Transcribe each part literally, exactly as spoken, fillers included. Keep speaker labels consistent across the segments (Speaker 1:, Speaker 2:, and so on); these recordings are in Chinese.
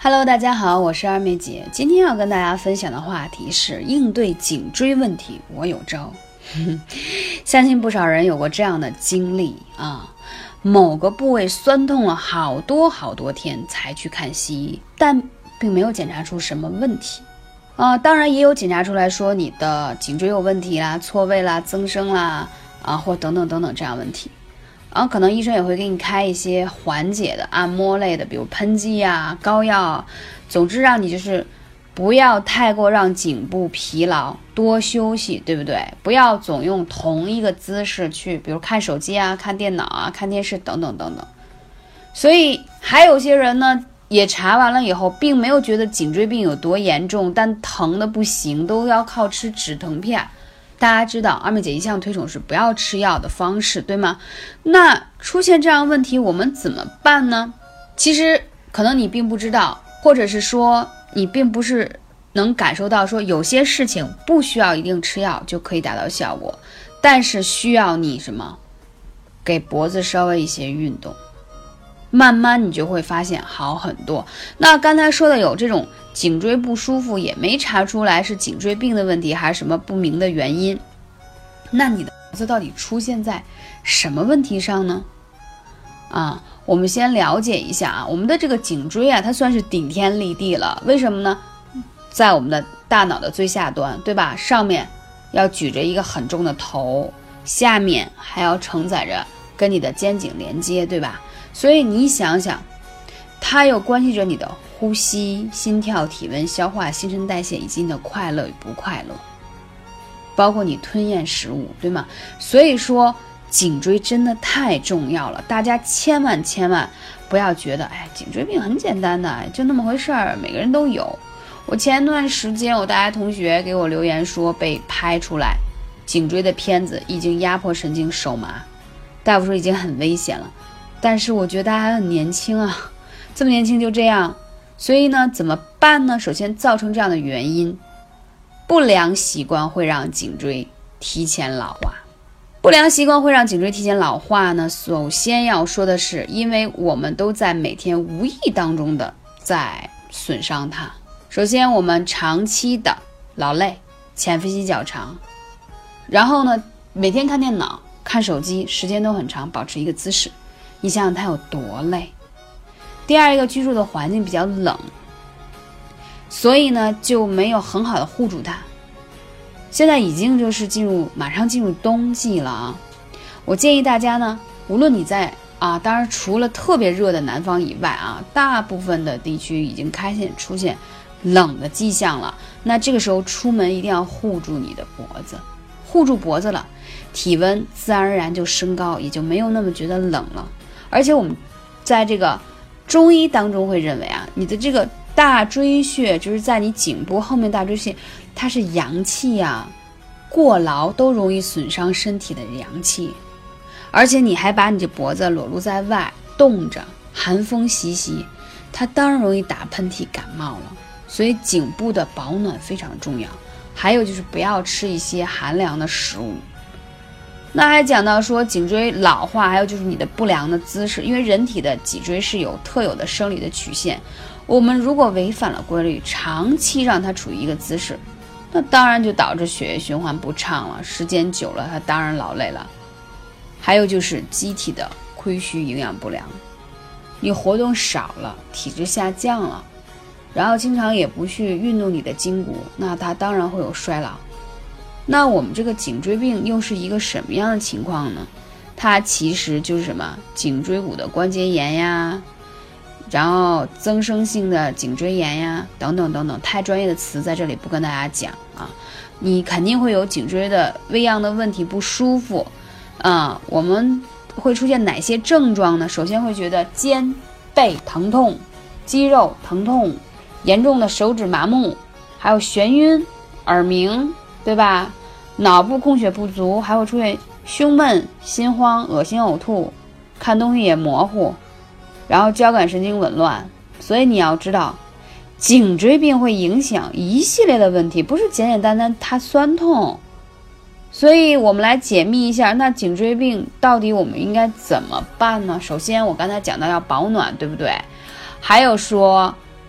Speaker 1: Hello， 大家好，我是二妹姐。今天要跟大家分享的话题是应对颈椎问题，我有招。相信不少人有过这样的经历啊，某个部位酸痛了好多好多天才去看西医，但并没有检查出什么问题啊。当然也有检查出来说你的颈椎有问题啦、错位啦、增生啦啊，或等等等等这样问题。然后可能医生也会给你开一些缓解的按摩类的，比如喷剂啊、膏药，总之让你就是不要太过让颈部疲劳，多休息，对不对？不要总用同一个姿势去，比如看手机啊、看电脑啊、看电视等等等等。所以还有些人呢，也查完了以后，并没有觉得颈椎病有多严重，但疼的不行，都要靠吃止疼片。大家知道二妹姐一向推崇是不要吃药的方式，对吗？那出现这样问题我们怎么办呢？其实可能你并不知道，或者是说你并不是能感受到说有些事情不需要一定吃药就可以达到效果，但是需要你什么？给脖子稍微一些运动，慢慢你就会发现好很多。那刚才说的有这种颈椎不舒服，也没查出来是颈椎病的问题还是什么不明的原因，那你的脖子到底出现在什么问题上呢？啊，我们先了解一下啊，我们的这个颈椎啊，它算是顶天立地了。为什么呢？在我们的大脑的最下端，对吧？上面要举着一个很重的头，下面还要承载着跟你的肩颈连接，对吧？所以你想想，它又关系着你的呼吸、心跳、体温、消化、新陈代谢以及你的快乐与不快乐，包括你吞咽食物，对吗？所以说颈椎真的太重要了，大家千万千万不要觉得哎，颈椎病很简单的，就那么回事儿，每个人都有。我前段时间我大学同学给我留言说被拍出来颈椎的片子已经压迫神经手麻，大夫说已经很危险了，但是我觉得大家还很年轻啊，这么年轻就这样。所以呢怎么办呢？首先造成这样的原因，不良习惯会让颈椎提前老化。不良习惯会让颈椎提前老化呢，首先要说的是，因为我们都在每天无意当中的在损伤它。首先我们长期的劳累，浅呼吸较长，然后呢每天看电脑看手机时间都很长，保持一个姿势，你想想它有多累。第二一个，居住的环境比较冷，所以呢就没有很好的护住它。现在已经就是进入马上进入冬季了啊，我建议大家呢，无论你在啊，当然除了特别热的南方以外啊，大部分的地区已经开始出现冷的迹象了。那这个时候出门一定要护住你的脖子，护住脖子了，体温自然而然就升高，也就没有那么觉得冷了。而且我们在这个中医当中会认为啊，你的这个大椎穴就是在你颈部后面大椎穴，它是阳气啊，过劳都容易损伤身体的阳气，而且你还把你的脖子裸露在外，冻着，寒风习习，它当然容易打喷嚏感冒了。所以颈部的保暖非常重要。还有就是不要吃一些寒凉的食物。那还讲到说颈椎老化，还有就是你的不良的姿势，因为人体的脊椎是有特有的生理的曲线，我们如果违反了规律，长期让它处于一个姿势，那当然就导致血液循环不畅了，时间久了它当然劳累了。还有就是机体的亏虚营养不良，你活动少了，体质下降了，然后经常也不去运动你的筋骨，那它当然会有衰老。那我们这个颈椎病又是一个什么样的情况呢？它其实就是什么颈椎骨的关节炎呀，然后增生性的颈椎炎呀，等等等等，太专业的词在这里不跟大家讲啊。你肯定会有颈椎的微样的问题，不舒服啊。我们会出现哪些症状呢？首先会觉得肩背疼痛，肌肉疼痛，严重的手指麻木，还有眩晕、耳鸣，对吧？脑部供血不足，还会出现胸闷、心慌、恶心呕吐，看东西也模糊，然后交感神经紊乱。所以你要知道，颈椎病会影响一系列的问题，不是简简单单它酸痛。所以我们来解密一下，那颈椎病到底我们应该怎么办呢？首先我刚才讲到要保暖，对不对？还有说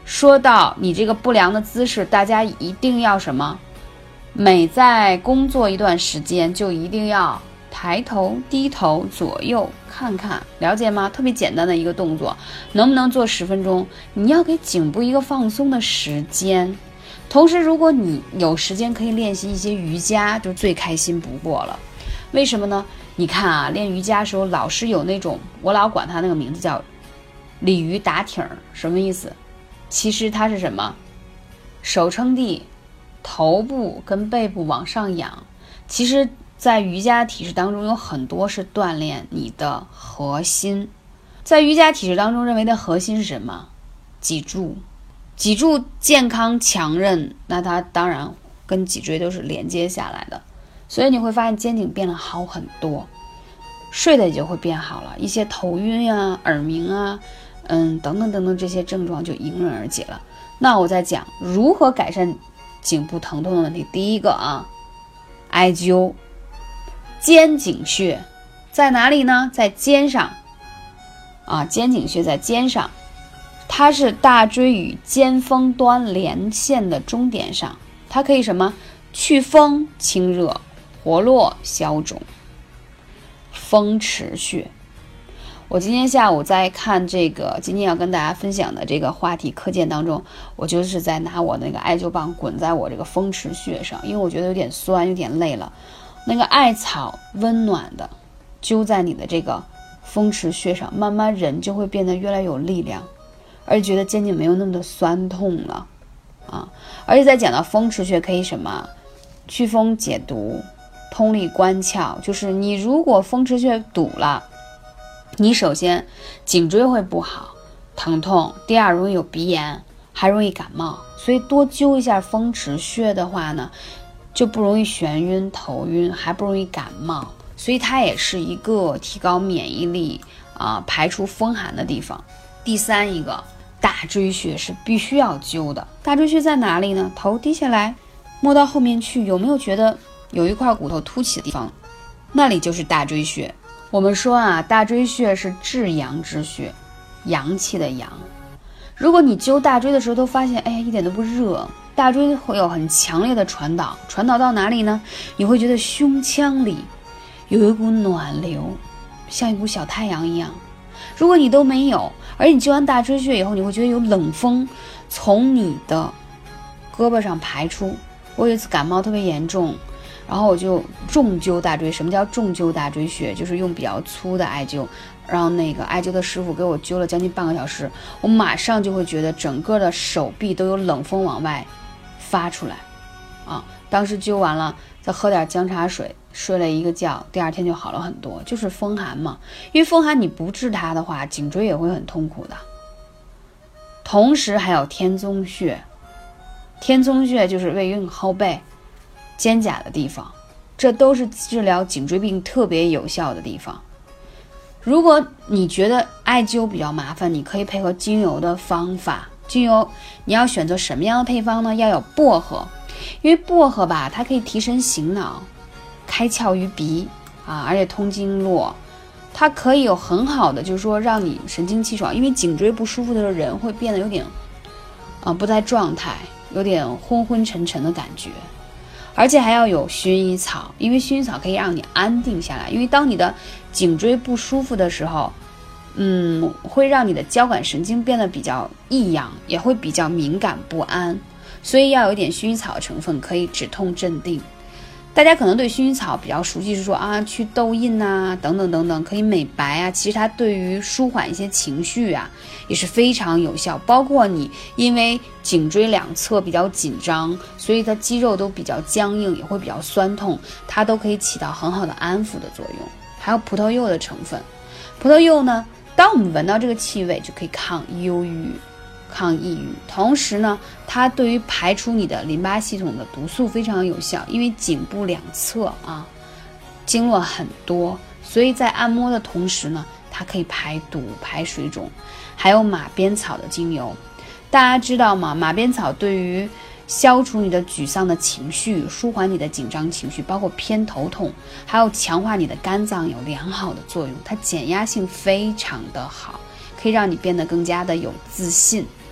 Speaker 1: 说到你这个不良的姿势，大家一定要什么？每在工作一段时间，就一定要抬头、低头、左右看看，了解吗？特别简单的一个动作，能不能做十分钟？你要给颈部一个放松的时间。同时，如果你有时间，可以练习一些瑜伽，就最开心不过了。为什么呢？你看啊，练瑜伽的时候，老是有那种，我老管它那个名字叫鲤鱼打挺儿，什么意思？其实它是什么？手撑地，头部跟背部往上仰。其实在瑜伽体式当中有很多是锻炼你的核心。在瑜伽体式当中认为的核心是什么？脊柱。脊柱健康强韧，那它当然跟脊椎都是连接下来的，所以你会发现肩颈变得好很多，睡的也就会变好了，一些头晕啊、耳鸣啊，嗯，等等等等这些症状就迎刃而解了。那我在讲如何改善颈部疼痛的问题。第一个啊，艾灸。肩颈穴在哪里呢？在肩上啊，肩颈穴在肩上。它是大椎与肩峰端连线的中点上，它可以什么？祛风清热，活络消肿。风池穴，我今天下午在看这个今天要跟大家分享的这个话题课件当中，我就是在拿我那个艾灸棒滚在我这个风池穴上，因为我觉得有点酸，有点累了。那个艾草温暖的灸在你的这个风池穴上，慢慢人就会变得越来越有力量，而且觉得肩颈没有那么的酸痛了啊！而且再讲到风池穴可以什么？祛风解毒，通利关窍。就是你如果风池穴堵了，你首先颈椎会不好，疼痛；第二容易有鼻炎，还容易感冒。所以多灸一下风池穴的话呢，就不容易眩晕、头晕，还不容易感冒。所以它也是一个提高免疫力啊、排除风寒的地方。第三一个。大椎穴是必须要灸的。大椎穴在哪里呢？头低下来，摸到后面去，有没有觉得有一块骨头凸起的地方？那里就是大椎穴。我们说啊，大椎穴是至阳之穴，阳气的阳。如果你灸大椎的时候都发现，哎呀，一点都不热，大椎会有很强烈的传导，传导到哪里呢？你会觉得胸腔里有一股暖流，像一股小太阳一样。如果你都没有，而你灸完大椎穴以后，你会觉得有冷风从你的胳膊上排出。我有一次感冒特别严重，然后我就重灸大椎。什么叫重灸大椎穴？就是用比较粗的艾灸，然后那个艾灸的师傅给我灸了将近半个小时，我马上就会觉得整个的手臂都有冷风往外发出来啊！当时灸完了，再喝点姜茶水，睡了一个觉，第二天就好了很多。就是风寒嘛，因为风寒你不治它的话，颈椎也会很痛苦的。同时还有天宗穴，天宗穴就是位于你后背肩胛的地方，这都是治疗颈椎病特别有效的地方。如果你觉得艾灸比较麻烦，你可以配合精油的方法。精油你要选择什么样的配方呢？要有薄荷，因为薄荷吧，它可以提神醒脑，开窍于鼻啊，而且通经络，它可以有很好的，就是说让你神清气爽。因为颈椎不舒服的时候，人会变得有点啊不在状态，有点昏昏沉沉的感觉。而且还要有薰衣草，因为薰衣草可以让你安定下来。因为当你的颈椎不舒服的时候，嗯，会让你的交感神经变得比较异样，也会比较敏感不安，所以要有一点薰衣草的成分，可以止痛镇定。大家可能对薰衣草比较熟悉，是说啊去痘印啊等等等等，可以美白啊。其实它对于舒缓一些情绪啊也是非常有效。包括你因为颈椎两侧比较紧张，所以它肌肉都比较僵硬，也会比较酸痛，它都可以起到很好的安抚的作用。还有葡萄柚的成分，葡萄柚呢，当我们闻到这个气味，就可以抗忧郁、抗抑郁。同时呢，它对于排出你的淋巴系统的毒素非常有效。因为颈部两侧啊经络很多，所以在按摩的同时呢，它可以排毒、排水肿。还有马鞭草的精油，大家知道吗？马鞭草对于消除你的沮丧的情绪，舒缓你的紧张情绪，包括偏头痛，还有强化你的肝脏有良好的作用。它减压性非常的好，可以让你变得更加的有自信。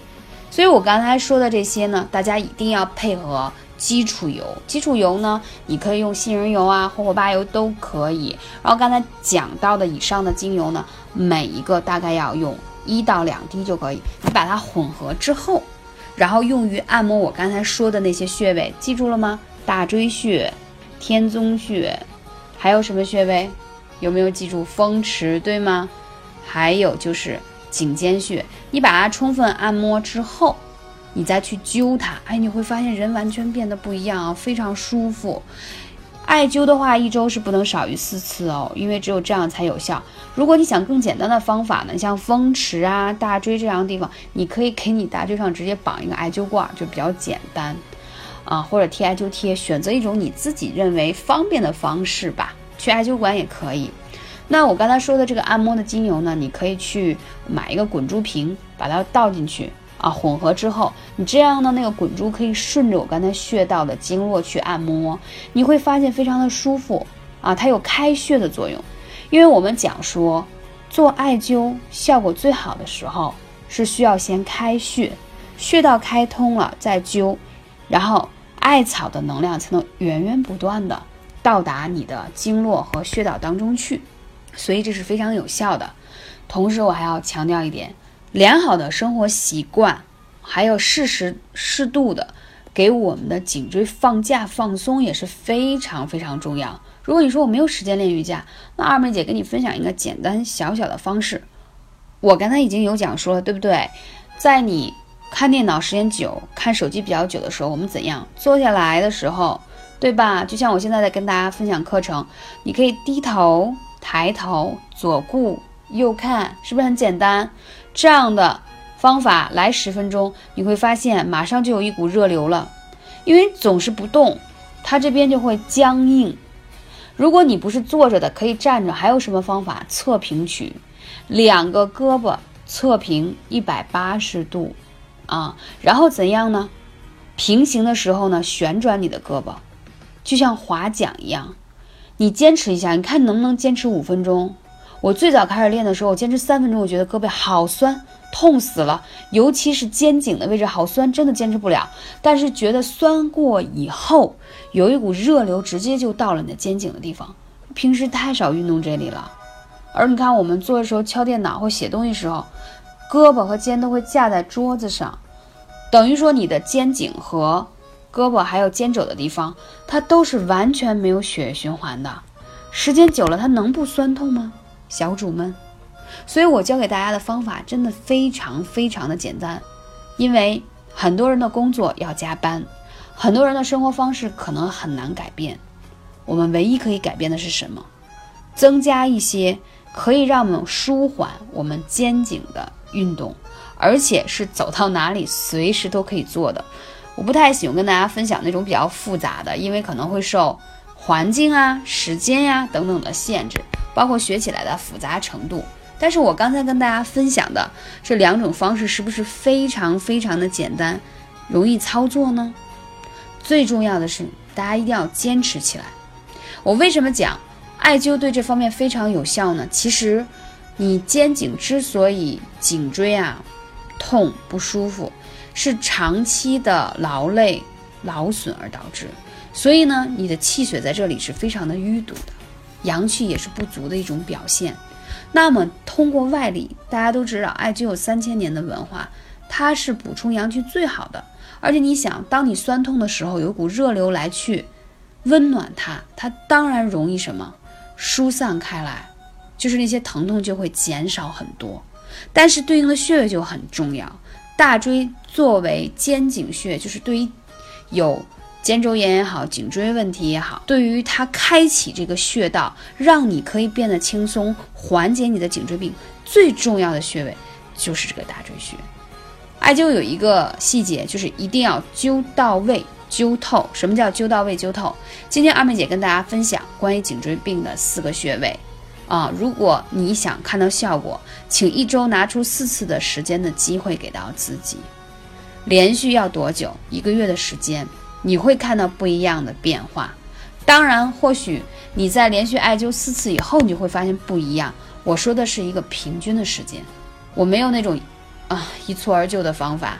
Speaker 1: 所以我刚才说的这些呢，大家一定要配合基础油。基础油呢，你可以用杏仁油啊、霍霍巴油都可以。然后刚才讲到的以上的精油呢，每一个大概要用一到两滴就可以。你把它混合之后，然后用于按摩我刚才说的那些穴位，记住了吗？大椎穴、天宗穴，还有什么穴位？有没有记住？风池，对吗？还有就是颈间穴。你把它充分按摩之后，你再去灸它，哎，你会发现人完全变得不一样啊，非常舒服。艾灸的话，一周是不能少于四次哦，因为只有这样才有效。如果你想更简单的方法呢，像风池啊、大椎这样的地方，你可以给你大椎上直接绑一个艾灸罐，就比较简单啊，或者贴艾灸贴，选择一种你自己认为方便的方式吧。去艾灸馆也可以。那我刚才说的这个按摩的精油呢，你可以去买一个滚珠瓶，把它倒进去啊，混合之后，你这样呢，那个滚珠可以顺着我刚才穴道的经络去按摩，你会发现非常的舒服啊，它有开穴的作用。因为我们讲说，做艾灸效果最好的时候是需要先开穴，穴道开通了再灸，然后艾草的能量才能源源不断的到达你的经络和穴道当中去，所以这是非常有效的。同时我还要强调一点，良好的生活习惯，还有适时适度的给我们的颈椎放假放松也是非常非常重要。如果你说我没有时间练瑜伽，那二妹姐跟你分享一个简单小小的方式。我刚才已经有讲说了，对不对？在你看电脑时间久、看手机比较久的时候，我们怎样坐下来的时候，对吧？就像我现在在跟大家分享课程，你可以低头、抬头、左顾右看，是不是很简单？这样的方法来十分钟，你会发现马上就有一股热流了。因为总是不动，它这边就会僵硬。如果你不是坐着的，可以站着。还有什么方法？侧平取，两个胳膊侧平一百八十度啊，然后怎样呢？平行的时候呢，旋转你的胳膊，就像划桨一样。你坚持一下，你看能不能坚持五分钟？我最早开始练的时候，我坚持三分钟，我觉得胳膊好酸，痛死了，尤其是肩颈的位置好酸，真的坚持不了。但是觉得酸过以后，有一股热流直接就到了你的肩颈的地方。平时太少运动这里了，而你看我们做的时候敲电脑或写东西时候，胳膊和肩都会架在桌子上，等于说你的肩颈和胳膊还有肩肘的地方，它都是完全没有血液循环的。时间久了，它能不酸痛吗？小主们，所以我教给大家的方法真的非常非常的简单。因为很多人的工作要加班，很多人的生活方式可能很难改变，我们唯一可以改变的是什么？增加一些可以让我们舒缓我们肩颈的运动，而且是走到哪里随时都可以做的。我不太喜欢跟大家分享那种比较复杂的，因为可能会受环境啊、时间呀、啊、等等的限制，包括学起来的复杂程度。但是我刚才跟大家分享的这两种方式是不是非常非常的简单，容易操作呢？最重要的是大家一定要坚持起来。我为什么讲艾灸对这方面非常有效呢？其实你肩颈之所以颈椎啊痛不舒服，是长期的劳累劳损而导致，所以呢你的气血在这里是非常的淤堵的，阳气也是不足的一种表现。那么通过外力，大家都知道艾灸有三千年的文化，它是补充阳气最好的。而且你想，当你酸痛的时候，有股热流来去温暖它，它当然容易什么疏散开来，就是那些疼痛就会减少很多。但是对应的穴位就很重要，大椎作为肩颈穴，就是对于有肩周炎也好，颈椎问题也好，对于它开启这个穴道，让你可以变得轻松，缓解你的颈椎病，最重要的穴位就是这个大椎穴。艾灸有一个细节，就是一定要灸到位灸透。什么叫灸到位灸透？今天二妹姐跟大家分享关于颈椎病的四个穴位啊，如果你想看到效果，请一周拿出四次的时间的机会给到自己。连续要多久？一个月的时间，你会看到不一样的变化。当然或许你在连续艾灸四次以后，你就会发现不一样。我说的是一个平均的时间，我没有那种啊一蹴而就的方法。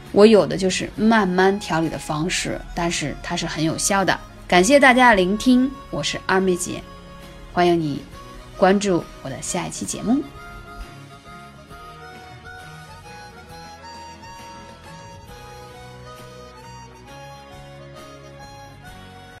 Speaker 1: 我有的就是慢慢调理的方式，但是它是很有效的。感谢大家的聆听，我是二妹姐，欢迎你关注我的下一期节目。